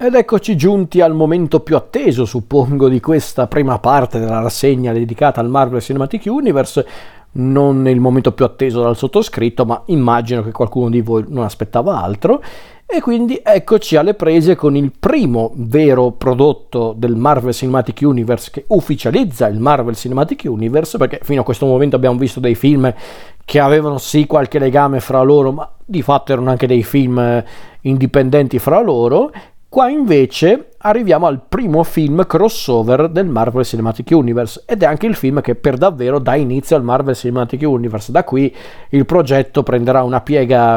Ed eccoci giunti al momento più atteso, suppongo, di questa prima parte della rassegna dedicata al Marvel Cinematic Universe. Non il momento più atteso dal sottoscritto, ma immagino che qualcuno di voi non aspettava altro. E quindi eccoci alle prese con il primo vero prodotto del Marvel Cinematic Universe che ufficializza il Marvel Cinematic Universe, perché fino a questo momento abbiamo visto dei film che avevano sì qualche legame fra loro, ma di fatto erano anche dei film indipendenti fra loro. Qua invece arriviamo al primo film crossover del Marvel Cinematic Universe ed è anche il film che per davvero dà inizio al Marvel Cinematic Universe. Da qui il progetto prenderà una piega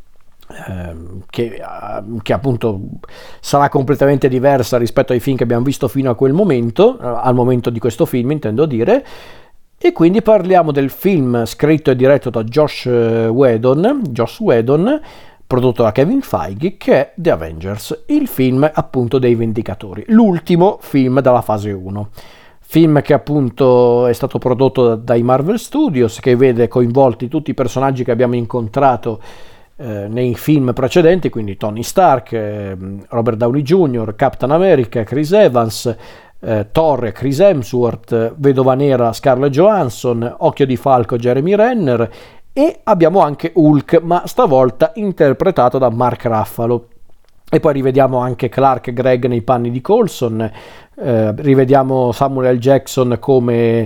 che appunto sarà completamente diversa rispetto ai film che abbiamo visto fino a quel momento, al momento di questo film intendo dire. E quindi parliamo del film scritto e diretto da Joss Whedon, prodotto da Kevin Feige, che è The Avengers, il film appunto dei Vendicatori, l'ultimo film dalla fase 1. Film che appunto è stato prodotto dai Marvel Studios, che vede coinvolti tutti i personaggi che abbiamo incontrato nei film precedenti, quindi Tony Stark, Robert Downey Jr., Captain America, Chris Evans, Thor, Chris Hemsworth, Vedova Nera, Scarlett Johansson, Occhio di Falco, Jeremy Renner, e abbiamo anche Hulk, ma stavolta interpretato da Mark Ruffalo. E poi rivediamo anche Clark Gregg nei panni di Coulson, rivediamo Samuel L. Jackson come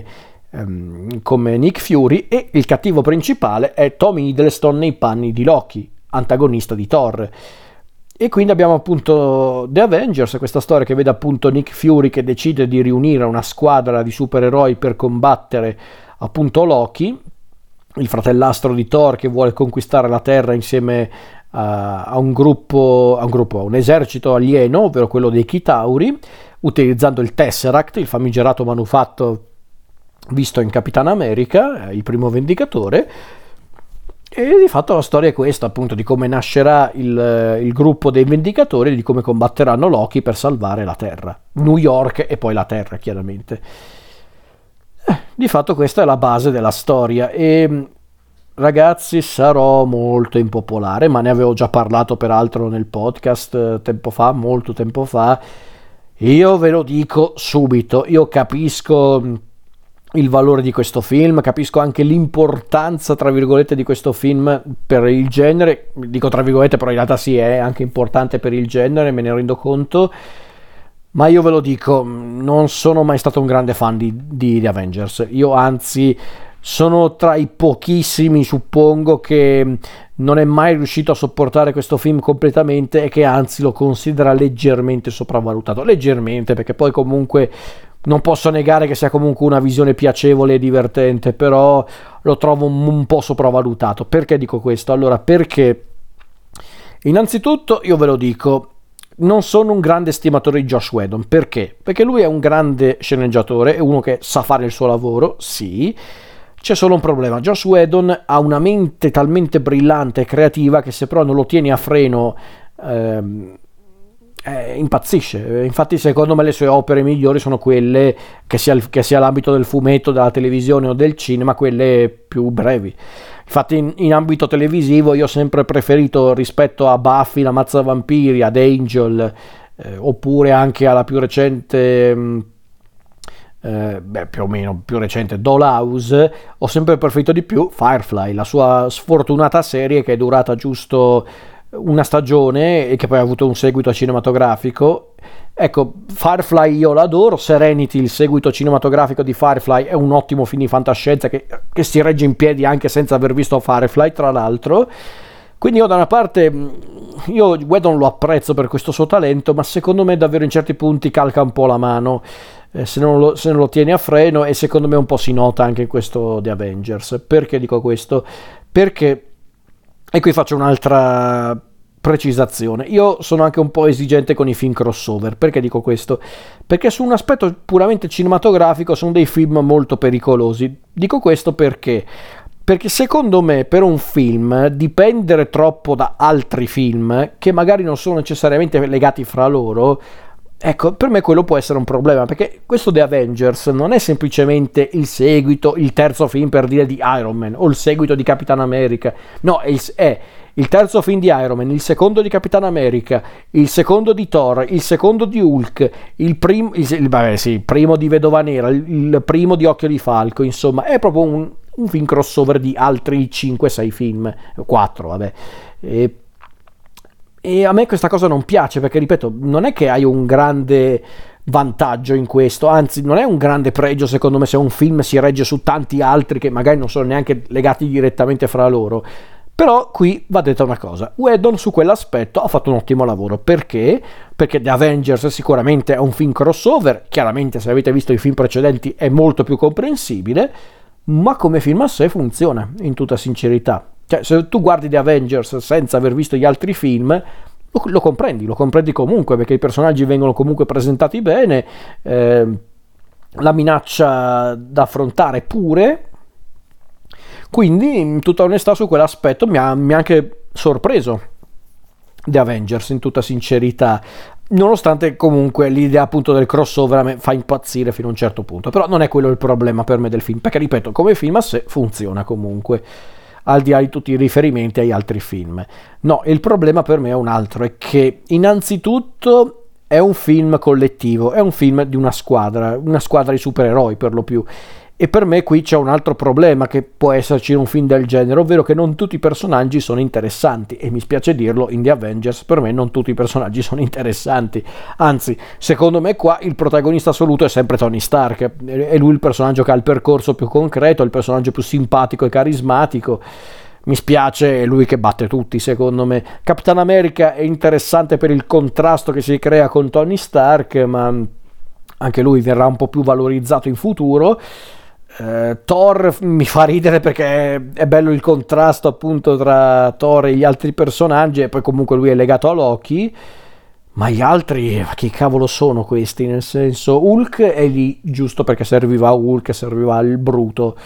Nick Fury, e il cattivo principale è Tom Hiddleston nei panni di Loki, antagonista di Thor. E quindi abbiamo appunto The Avengers, questa storia che vede appunto Nick Fury che decide di riunire una squadra di supereroi per combattere appunto Loki, il fratellastro di Thor, che vuole conquistare la Terra insieme a un esercito alieno, ovvero quello dei Chitauri, utilizzando il Tesseract, il famigerato manufatto visto in Capitan America, il primo Vendicatore. E di fatto la storia è questa, appunto, di come nascerà il gruppo dei Vendicatori, di come combatteranno Loki per salvare la Terra, New York e poi la Terra, chiaramente. Di fatto questa è la base della storia e ragazzi, sarò molto impopolare, ma ne avevo già parlato peraltro nel podcast tempo fa, molto tempo fa. Io ve lo dico subito, io capisco il valore di questo film, capisco anche l'importanza tra virgolette di questo film per il genere, dico tra virgolette però in realtà sì, è anche importante per il genere, me ne rendo conto. Ma io ve lo dico, non sono mai stato un grande fan di The Avengers. Io anzi sono tra i pochissimi, suppongo, che non è mai riuscito a sopportare questo film completamente e che anzi lo considera leggermente sopravvalutato. Leggermente, perché poi comunque non posso negare che sia comunque una visione piacevole e divertente, però lo trovo un po' sopravvalutato. Perché dico questo? Allora, perché innanzitutto io ve lo dico, non sono un grande stimatore di Joss Whedon. Perché? Perché lui è un grande sceneggiatore, è uno che sa fare il suo lavoro, sì. C'è solo un problema: Joss Whedon ha una mente talmente brillante e creativa che se però non lo tieni a freno impazzisce. Infatti secondo me le sue opere migliori sono quelle, che sia l'ambito del fumetto, della televisione o del cinema, quelle più brevi. Infatti in ambito televisivo io ho sempre preferito, rispetto a Buffy, la Mazzavampiri, ad Angel, oppure anche alla più recente, più o meno più recente, Dollhouse, ho sempre preferito di più Firefly, la sua sfortunata serie che è durata giusto una stagione e che poi ha avuto un seguito cinematografico. Ecco, Firefly io l'adoro, Serenity, il seguito cinematografico di Firefly, è un ottimo film di fantascienza che si regge in piedi anche senza aver visto Firefly, tra l'altro. Quindi io da una parte, io Whedon lo apprezzo per questo suo talento, ma secondo me davvero in certi punti calca un po' la mano, se non lo tieni a freno, e secondo me un po' si nota anche in questo The Avengers. Perché dico questo? Perché, e qui faccio un'altra precisazione, io sono anche un po' esigente con i film crossover. Perché dico questo? Perché su un aspetto puramente cinematografico sono dei film molto pericolosi. Dico questo perché secondo me per un film dipendere troppo da altri film che magari non sono necessariamente legati fra loro, ecco, per me quello può essere un problema, perché questo The Avengers non è semplicemente il seguito, il terzo film per dire di Iron Man o il seguito di Capitan America, no, è il terzo film di Iron Man, il secondo di Capitan America, il secondo di Thor, il secondo di Hulk, il primo di Vedova Nera, il primo di Occhio di Falco, insomma è proprio un film crossover di altri 5-6 film, 4 vabbè, e a me questa cosa non piace, perché ripeto, non è che hai un grande vantaggio in questo, anzi non è un grande pregio secondo me se un film si regge su tanti altri che magari non sono neanche legati direttamente fra loro. Però qui va detta una cosa, Whedon su quell'aspetto ha fatto un ottimo lavoro. Perché? Perché The Avengers sicuramente è un film crossover, chiaramente se avete visto i film precedenti è molto più comprensibile, ma come film a sé funziona, in tutta sincerità. Cioè, se tu guardi The Avengers senza aver visto gli altri film, lo comprendi comunque, perché i personaggi vengono comunque presentati bene, la minaccia da affrontare pure, quindi in tutta onestà su quell'aspetto mi ha anche sorpreso The Avengers, in tutta sincerità, nonostante comunque l'idea appunto del crossover a me fa impazzire fino a un certo punto, però non è quello il problema per me del film, perché ripeto, come film a sé funziona comunque, al di là di tutti i riferimenti agli altri film. No, il problema per me è un altro, è che innanzitutto è un film collettivo, è un film di una squadra di supereroi per lo più, e per me qui c'è un altro problema che può esserci in un film del genere, ovvero che non tutti i personaggi sono interessanti, e mi spiace dirlo, in The Avengers per me non tutti i personaggi sono interessanti, anzi secondo me qua il protagonista assoluto è sempre Tony Stark, è lui il personaggio che ha il percorso più concreto, il personaggio più simpatico e carismatico. Mi spiace, è lui che batte tutti secondo me. Capitan America è interessante per il contrasto che si crea con Tony Stark, ma anche lui verrà un po' più valorizzato in futuro. Thor mi fa ridere perché è bello il contrasto appunto tra Thor e gli altri personaggi, e poi comunque lui è legato a Loki, ma gli altri che cavolo sono questi? Nel senso, Hulk è lì giusto perché serviva a Hulk, serviva al bruto.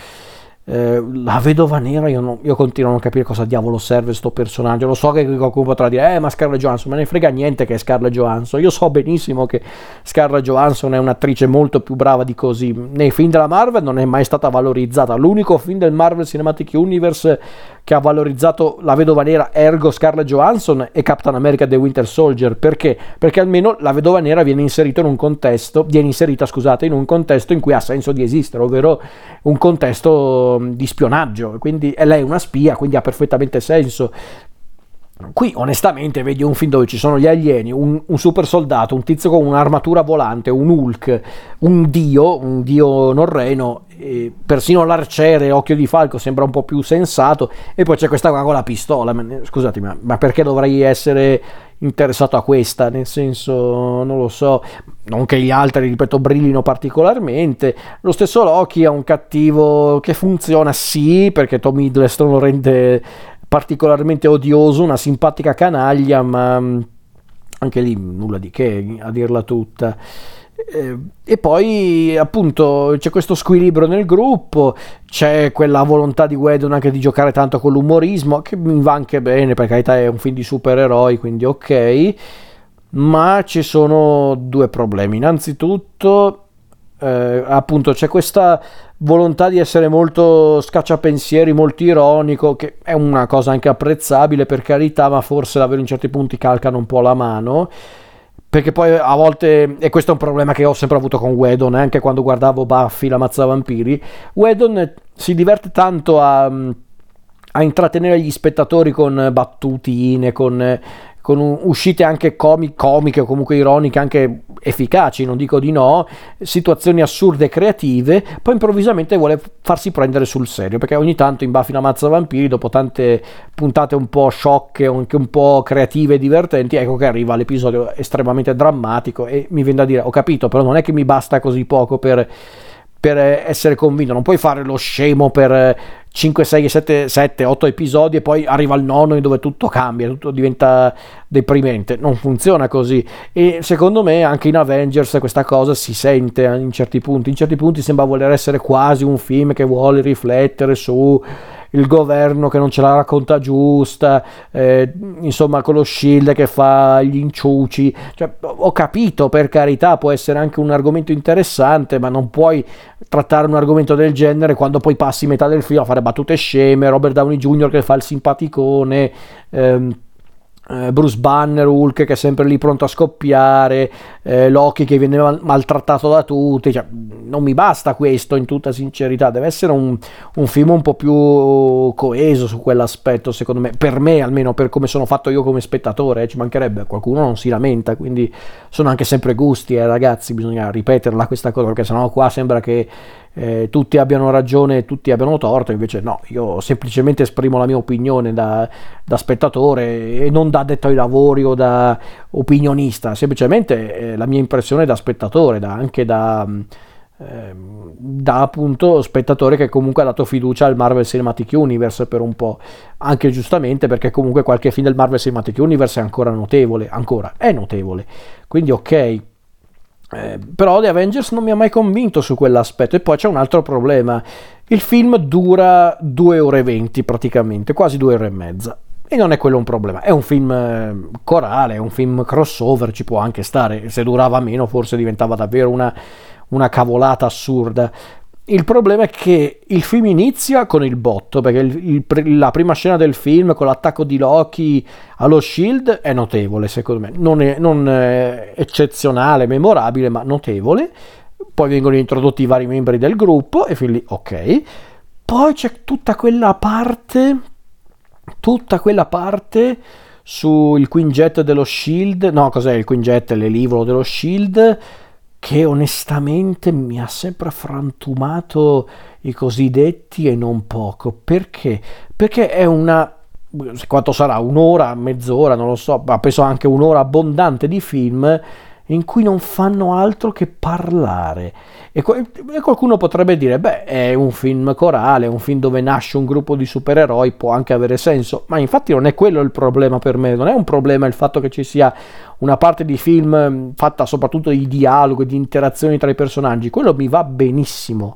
La Vedova Nera io continuo a non capire cosa diavolo serve sto personaggio. Lo so che qualcuno potrà dire ma Scarlett Johansson, me ne frega niente che è Scarlett Johansson, io so benissimo che Scarlett Johansson è un'attrice molto più brava di così. Nei film della Marvel non è mai stata valorizzata, l'unico film del Marvel Cinematic Universe che ha valorizzato la Vedova Nera ergo Scarlett Johansson è Captain America The Winter Soldier. Perché? Perché almeno la Vedova Nera viene inserita in un contesto in cui ha senso di esistere, ovvero un contesto di spionaggio, quindi e lei è una spia, quindi ha perfettamente senso. Qui onestamente vedi un film dove ci sono gli alieni, un super soldato, un tizio con un'armatura volante, un Hulk, un dio norreno, e persino l'arciere Occhio di Falco sembra un po' più sensato, e poi c'è questa qua con la pistola. Scusatemi, ma perché dovrei essere interessato a questa? Nel senso, non lo so, non che gli altri, ripeto, brillino particolarmente. Lo stesso Loki è un cattivo che funziona, sì, perché Tom Hiddleston lo rende particolarmente odioso, una simpatica canaglia, ma anche lì nulla di che, a dirla tutta. E poi appunto c'è questo squilibrio nel gruppo, c'è quella volontà di Whedon anche di giocare tanto con l'umorismo, che mi va anche bene, per carità è un film di supereroi, quindi ok, ma ci sono due problemi. Innanzitutto appunto c'è questa volontà di essere molto scacciapensieri, molto ironico, che è una cosa anche apprezzabile per carità, ma forse davvero in certi punti calcano un po' la mano, perché poi a volte, e questo è un problema che ho sempre avuto con Whedon, anche quando guardavo Buffy la mazzavampiri, Whedon si diverte tanto a intrattenere gli spettatori con battutine, con uscite anche comiche o comunque ironiche, anche efficaci, non dico di no, situazioni assurde e creative, poi improvvisamente vuole farsi prendere sul serio, perché ogni tanto in Buffy la mazzavampiri, dopo tante puntate un po' sciocche, anche un po' creative e divertenti, ecco che arriva l'episodio estremamente drammatico, e mi viene da dire, ho capito, però non è che mi basta così poco per essere convinto, non puoi fare lo scemo per 5, 6, 7, 8 episodi e poi arriva il nono dove tutto cambia, tutto diventa deprimente. Non funziona così, e secondo me anche in Avengers questa cosa si sente in certi punti sembra voler essere quasi un film che vuole riflettere su il governo che non ce la racconta giusta, insomma con lo Shield che fa gli inciuci, cioè, ho capito, per carità, può essere anche un argomento interessante, ma non puoi trattare un argomento del genere quando poi passi metà del film a fare battute sceme, Robert Downey Jr. che fa il simpaticone, Bruce Banner, Hulk che è sempre lì pronto a scoppiare, Loki che viene maltrattato da tutti, cioè, non mi basta questo, in tutta sincerità, deve essere un film un po' più coeso su quell'aspetto, secondo me, per me almeno, per come sono fatto io come spettatore, ci mancherebbe, qualcuno non si lamenta, quindi sono anche sempre gusti, ragazzi, bisogna ripeterla questa cosa, perché sennò qua sembra che tutti abbiano ragione e tutti abbiano torto, invece no, io semplicemente esprimo la mia opinione da spettatore e non da addetto ai lavori o da opinionista, semplicemente la mia impressione da spettatore, anche da appunto spettatore che comunque ha dato fiducia al Marvel Cinematic Universe per un po', anche giustamente, perché comunque qualche film del Marvel Cinematic Universe è ancora è notevole, quindi ok. Però The Avengers non mi ha mai convinto su quell'aspetto. E poi c'è un altro problema: il film dura 2 ore e 20 praticamente, quasi 2 ore e mezza, e non è quello un problema, è un film corale, è un film crossover, ci può anche stare. Se durava meno forse diventava davvero una cavolata assurda. Il problema è che il film inizia con il botto, perché la prima scena del film con l'attacco di Loki allo Shield è notevole, secondo me, non è eccezionale, memorabile, ma notevole. Poi vengono introdotti i vari membri del gruppo e fin lì ok. Poi c'è tutta quella parte sul Quinjet dello Shield, no, cos'è il Quinjet, l'elivolo dello Shield, che onestamente mi ha sempre frantumato i cosiddetti e non poco. Perché? Perché è quanto sarà, un'ora, mezz'ora, non lo so, ma penso anche un'ora abbondante di film in cui non fanno altro che parlare. E qualcuno potrebbe dire, beh, è un film corale, è un film dove nasce un gruppo di supereroi, può anche avere senso, ma infatti non è quello il problema per me, non è un problema il fatto che ci sia una parte di film fatta soprattutto di dialogo e di interazioni tra i personaggi, quello mi va benissimo,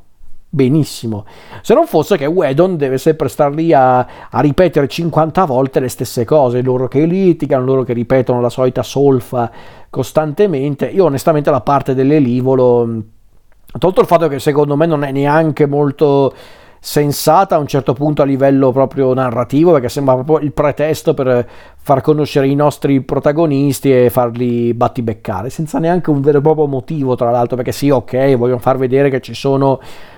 se non fosse che Whedon deve sempre star lì a ripetere 50 volte le stesse cose, loro che litigano, loro che ripetono la solita solfa costantemente. Io onestamente la parte dell'elivolo, tolto il fatto che secondo me non è neanche molto sensata a un certo punto a livello proprio narrativo, perché sembra proprio il pretesto per far conoscere i nostri protagonisti e farli battibeccare senza neanche un vero e proprio motivo, tra l'altro, perché sì, ok, vogliono far vedere che ci sono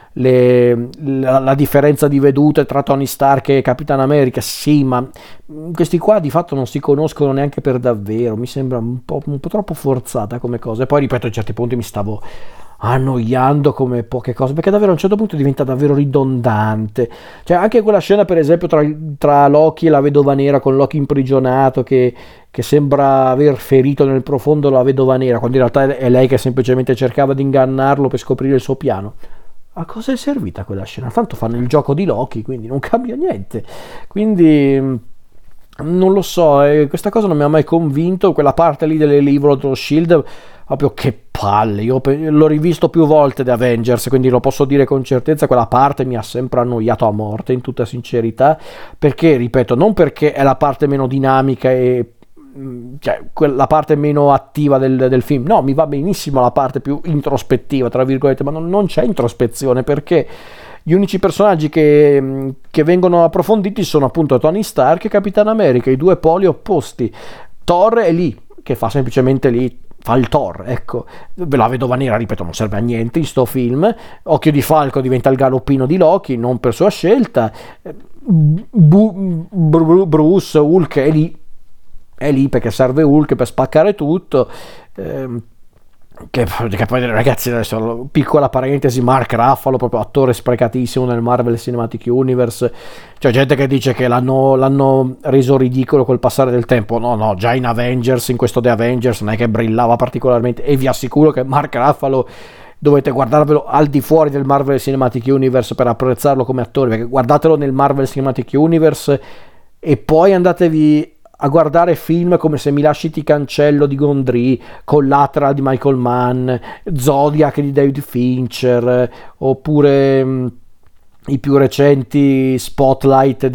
la differenza di vedute tra Tony Stark e Capitan America, sì, ma questi qua di fatto non si conoscono neanche per davvero, mi sembra un po' troppo forzata come cosa. E poi ripeto, a certi punti mi stavo annoiando come poche cose, perché davvero a un certo punto diventa davvero ridondante, cioè anche quella scena per esempio tra Loki e la Vedova Nera, con Loki imprigionato che sembra aver ferito nel profondo la Vedova Nera, quando in realtà è lei che semplicemente cercava di ingannarlo per scoprire il suo piano. A cosa è servita quella scena? Tanto fanno il gioco di Loki, quindi non cambia niente. Quindi non lo so, questa cosa non mi ha mai convinto. Quella parte lì dell'elivolo dello Shield, proprio che palle. Io l'ho rivisto più volte The Avengers, quindi lo posso dire con certezza, quella parte mi ha sempre annoiato a morte, in tutta sincerità, perché, ripeto, non perché è la parte meno dinamica e cioè la parte meno attiva del film, no, mi va benissimo la parte più introspettiva, tra virgolette, ma non c'è introspezione, perché gli unici personaggi che vengono approfonditi sono appunto Tony Stark e Capitan America, i due poli opposti. Thor è lì, che fa semplicemente lì, fa il Thor, ecco. La Vedova Nera, ripeto, non serve a niente in sto film. Occhio di Falco diventa il galoppino di Loki, non per sua scelta. Bruce, Hulk è lì perché serve Hulk per spaccare tutto. Che poi, ragazzi, adesso piccola parentesi, Mark Ruffalo, proprio attore sprecatissimo nel Marvel Cinematic Universe. C'è gente che dice che l'hanno reso ridicolo col passare del tempo. No, già in Avengers, in questo The Avengers, non è che brillava particolarmente, e vi assicuro che Mark Ruffalo dovete guardarvelo al di fuori del Marvel Cinematic Universe per apprezzarlo come attore, perché guardatelo nel Marvel Cinematic Universe e poi andatevi a guardare film come Se mi lasci ti cancello di Gondry, Collateral di Michael Mann, Zodiac di David Fincher, oppure i più recenti Spotlight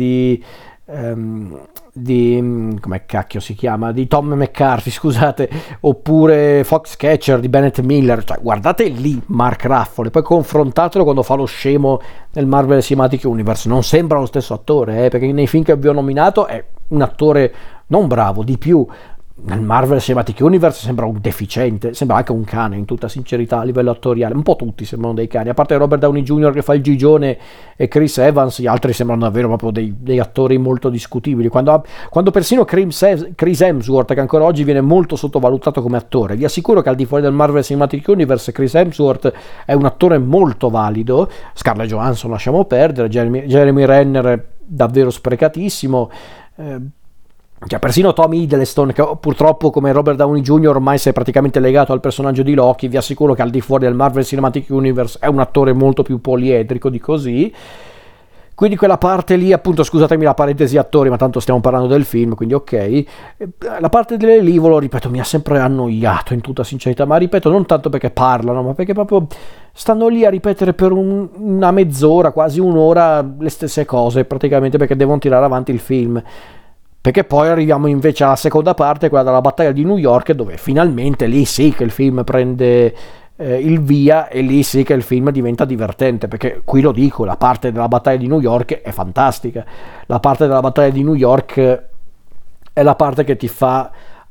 come cacchio si chiama, di Tom McCarthy, scusate, oppure Foxcatcher di Bennett Miller, cioè guardate lì Mark Ruffalo e poi confrontatelo quando fa lo scemo nel Marvel Cinematic Universe, non sembra lo stesso attore, perché nei film che vi ho nominato è un attore non bravo, di più. Nel Marvel Cinematic Universe sembra un deficiente, sembra anche un cane, in tutta sincerità, a livello attoriale. Un po' tutti sembrano dei cani, a parte Robert Downey Jr. che fa il gigione e Chris Evans, gli altri sembrano davvero proprio dei attori molto discutibili. Quando persino Chris Hemsworth, che ancora oggi viene molto sottovalutato come attore, vi assicuro che al di fuori del Marvel Cinematic Universe Chris Hemsworth è un attore molto valido. Scarlett Johansson lasciamo perdere, Jeremy Renner davvero sprecatissimo. Cioè, persino Tom Hiddleston, che purtroppo come Robert Downey Jr. ormai si è praticamente legato al personaggio di Loki, vi assicuro che al di fuori del Marvel Cinematic Universe è un attore molto più poliedrico di così. Quindi quella parte lì, appunto, scusatemi la parentesi attori, ma tanto stiamo parlando del film, quindi ok. La parte dell'Elivolo, ripeto, mi ha sempre annoiato in tutta sincerità, ma ripeto, non tanto perché parlano, ma perché proprio stanno lì a ripetere per una mezz'ora, quasi un'ora, le stesse cose, praticamente, perché devono tirare avanti il film. Perché poi arriviamo invece alla seconda parte, quella della battaglia di New York, dove finalmente lì sì che il film prende il via e lì sì che il film diventa divertente, perché qui lo dico, la parte della battaglia di New York è fantastica. La parte della battaglia di New York è la parte che ti fa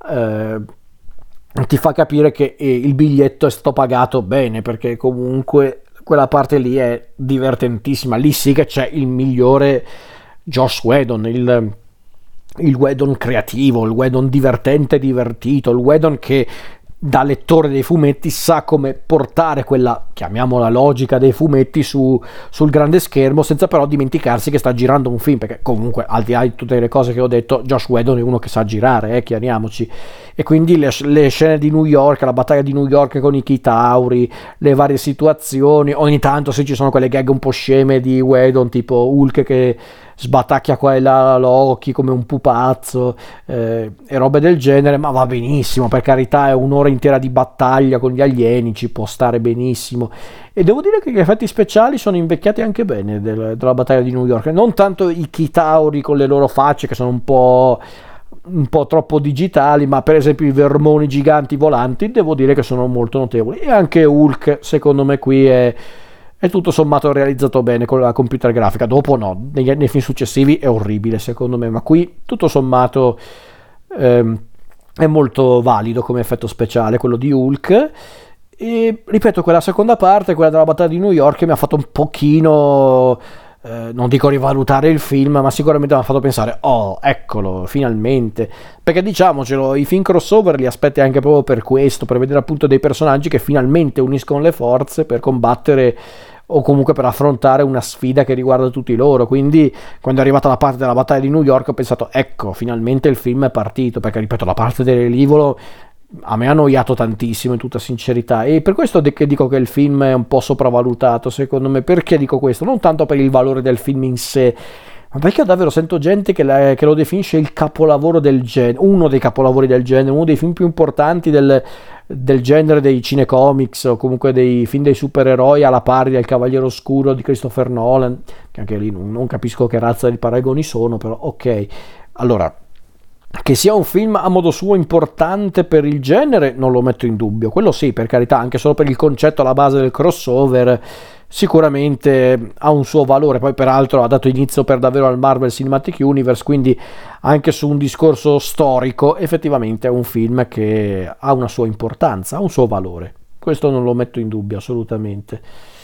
capire che il biglietto è stato pagato bene, perché comunque quella parte lì è divertentissima. Lì sì che c'è il migliore Joss Whedon, il Whedon creativo, il Whedon divertente e divertito, il Whedon che da lettore dei fumetti sa come portare quella, chiamiamola, logica dei fumetti sul grande schermo, senza però dimenticarsi che sta girando un film, perché comunque al di là di tutte le cose che ho detto, Joss Whedon è uno che sa girare, chiariamoci. E quindi le scene di New York, la battaglia di New York con i Chitauri, le varie situazioni, ogni tanto se ci sono quelle gag un po' sceme di Whedon, tipo Hulk che sbatacchia qua e là Loki come un pupazzo, e robe del genere, ma va benissimo, per carità, è un'ora intera di battaglia con gli alieni, ci può stare benissimo. E devo dire che gli effetti speciali sono invecchiati anche bene della battaglia di New York, non tanto i Chitauri con le loro facce che sono un po' troppo digitali, ma per esempio i vermoni giganti volanti devo dire che sono molto notevoli, e anche Hulk secondo me qui è tutto sommato realizzato bene con la computer grafica. Dopo no, nei film successivi è orribile secondo me, ma qui tutto sommato è molto valido come effetto speciale quello di Hulk. E ripeto, quella seconda parte, quella della battaglia di New York, mi ha fatto un pochino non dico rivalutare il film, ma sicuramente mi ha fatto pensare, oh eccolo finalmente, perché diciamocelo, i film crossover li aspetti anche proprio per questo, per vedere appunto dei personaggi che finalmente uniscono le forze per combattere o comunque per affrontare una sfida che riguarda tutti loro. Quindi quando è arrivata la parte della battaglia di New York ho pensato, ecco finalmente il film è partito, perché ripeto, la parte dell'Elivolo a me ha annoiato tantissimo in tutta sincerità, e per questo che dico che il film è un po' sopravvalutato secondo me. Perché dico questo? Non tanto per il valore del film in sé, ma perché davvero sento gente che lo definisce il capolavoro del genere, uno dei capolavori del genere, uno dei film più importanti del genere dei cinecomics, o comunque dei film dei supereroi, alla pari del Cavaliere Oscuro di Christopher Nolan, che anche lì non capisco che razza di paragoni sono, però ok. Allora, che sia un film a modo suo importante per il genere non lo metto in dubbio, quello sì, per carità, anche solo per il concetto alla base del crossover sicuramente ha un suo valore. Poi peraltro ha dato inizio per davvero al Marvel Cinematic Universe, quindi anche su un discorso storico effettivamente è un film che ha una sua importanza, ha un suo valore, questo non lo metto in dubbio assolutamente.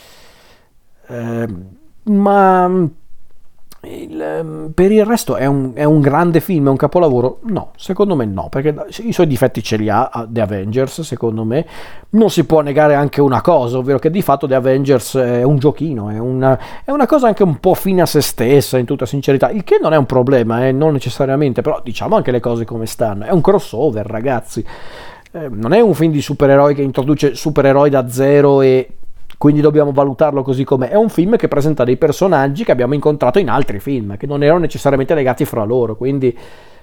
Ma per il resto è un grande film, è un capolavoro? No, secondo me no, perché i suoi difetti ce li ha The Avengers, secondo me. Non si può negare anche una cosa, ovvero che di fatto The Avengers è un giochino, è una cosa anche un po' fine a se stessa, in tutta sincerità, il che non è un problema, non necessariamente, però diciamo anche le cose come stanno. È un crossover, ragazzi, non è un film di supereroi che introduce supereroi da zero e quindi dobbiamo valutarlo così com'è. È un film che presenta dei personaggi che abbiamo incontrato in altri film, che non erano necessariamente legati fra loro, quindi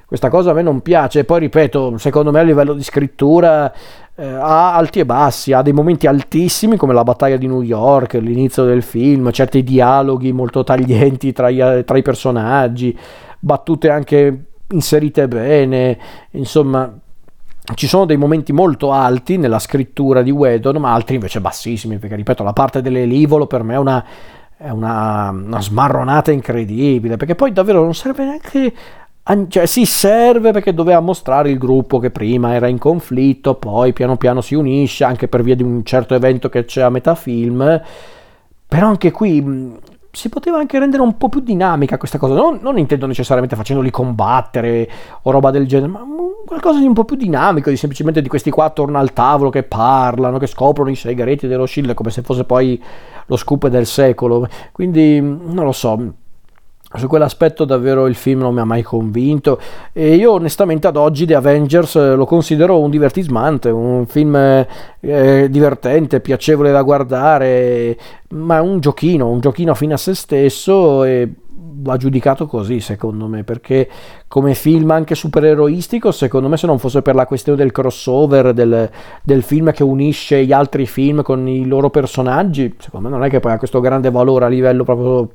Questa cosa a me non piace, e poi ripeto, secondo me a livello di scrittura ha alti e bassi, ha dei momenti altissimi come la battaglia di New York, l'inizio del film, certi dialoghi molto taglienti tra i personaggi, battute anche inserite bene, insomma ci sono dei momenti molto alti nella scrittura di Whedon, ma altri invece bassissimi, perché ripeto, la parte dell'elivolo per me è una smarronata incredibile, perché poi davvero non serve neanche, cioè sì, serve perché doveva mostrare il gruppo che prima era in conflitto, poi piano piano si unisce anche per via di un certo evento che c'è a metà film, però anche qui si poteva anche rendere un po' più dinamica questa cosa, non intendo necessariamente facendoli combattere o roba del genere, ma qualcosa di un po' più dinamico, di semplicemente di questi qua attorno al tavolo che parlano, che scoprono i segreti dello Shield come se fosse poi lo scoop del secolo. Quindi non lo so, su quell'aspetto davvero il film non mi ha mai convinto, e io onestamente ad oggi The Avengers lo considero un divertismante, un film divertente, piacevole da guardare, ma è un giochino fine a se stesso, e va giudicato così secondo me, perché come film anche supereroistico, secondo me, se non fosse per la questione del crossover, del film che unisce gli altri film con i loro personaggi, secondo me non è che poi ha questo grande valore a livello proprio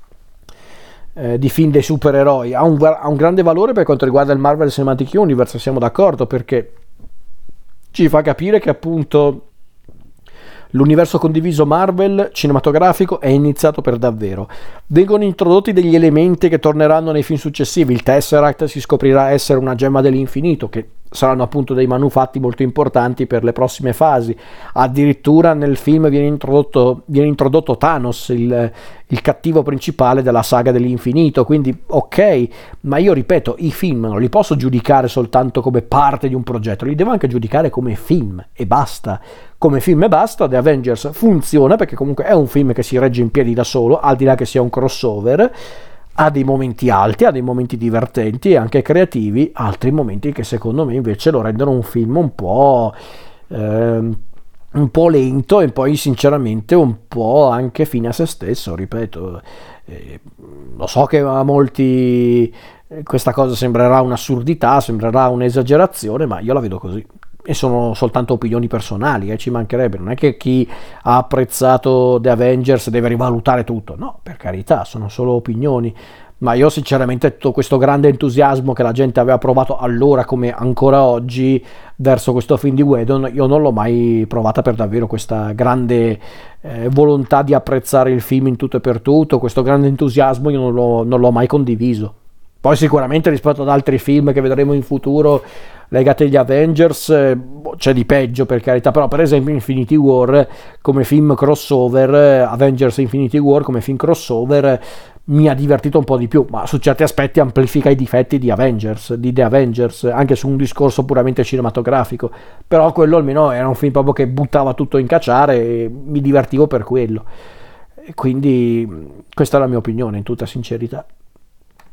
di film dei supereroi. Ha un grande valore per quanto riguarda il Marvel Cinematic Universe, siamo d'accordo, perché ci fa capire che appunto l'universo condiviso Marvel cinematografico è iniziato per davvero. Vengono introdotti degli elementi che torneranno nei film successivi. Il Tesseract si scoprirà essere una gemma dell'infinito, che saranno appunto dei manufatti molto importanti per le prossime fasi. Addirittura nel film viene introdotto Thanos, il cattivo principale della saga dell'infinito. Quindi ok, ma io ripeto, i film non li posso giudicare soltanto come parte di un progetto, li devo anche giudicare come film e basta. Come film e basta, The Avengers funziona perché comunque è un film che si regge in piedi da solo, al di là che sia un crossover. Ha dei momenti alti, ha dei momenti divertenti e anche creativi, altri momenti che secondo me invece lo rendono un film un po' lento, e poi sinceramente un po' anche fine a se stesso, ripeto. Lo so che a molti questa cosa sembrerà un'assurdità, sembrerà un'esagerazione, ma io la vedo così. E sono soltanto opinioni personali, ci mancherebbe, non è che chi ha apprezzato The Avengers deve rivalutare tutto, no, per carità, sono solo opinioni, ma io sinceramente tutto questo grande entusiasmo che la gente aveva provato allora come ancora oggi verso questo film di Whedon, io non l'ho mai provata per davvero, questa grande volontà di apprezzare il film in tutto e per tutto, questo grande entusiasmo io non l'ho mai condiviso. Poi sicuramente rispetto ad altri film che vedremo in futuro legati agli Avengers c'è di peggio, per carità, però per esempio Infinity War come film crossover, Avengers Infinity War come film crossover mi ha divertito un po' di più, ma su certi aspetti amplifica i difetti di The Avengers, anche su un discorso puramente cinematografico, però quello almeno era un film proprio che buttava tutto in cacciare e mi divertivo per quello, e quindi questa è la mia opinione in tutta sincerità.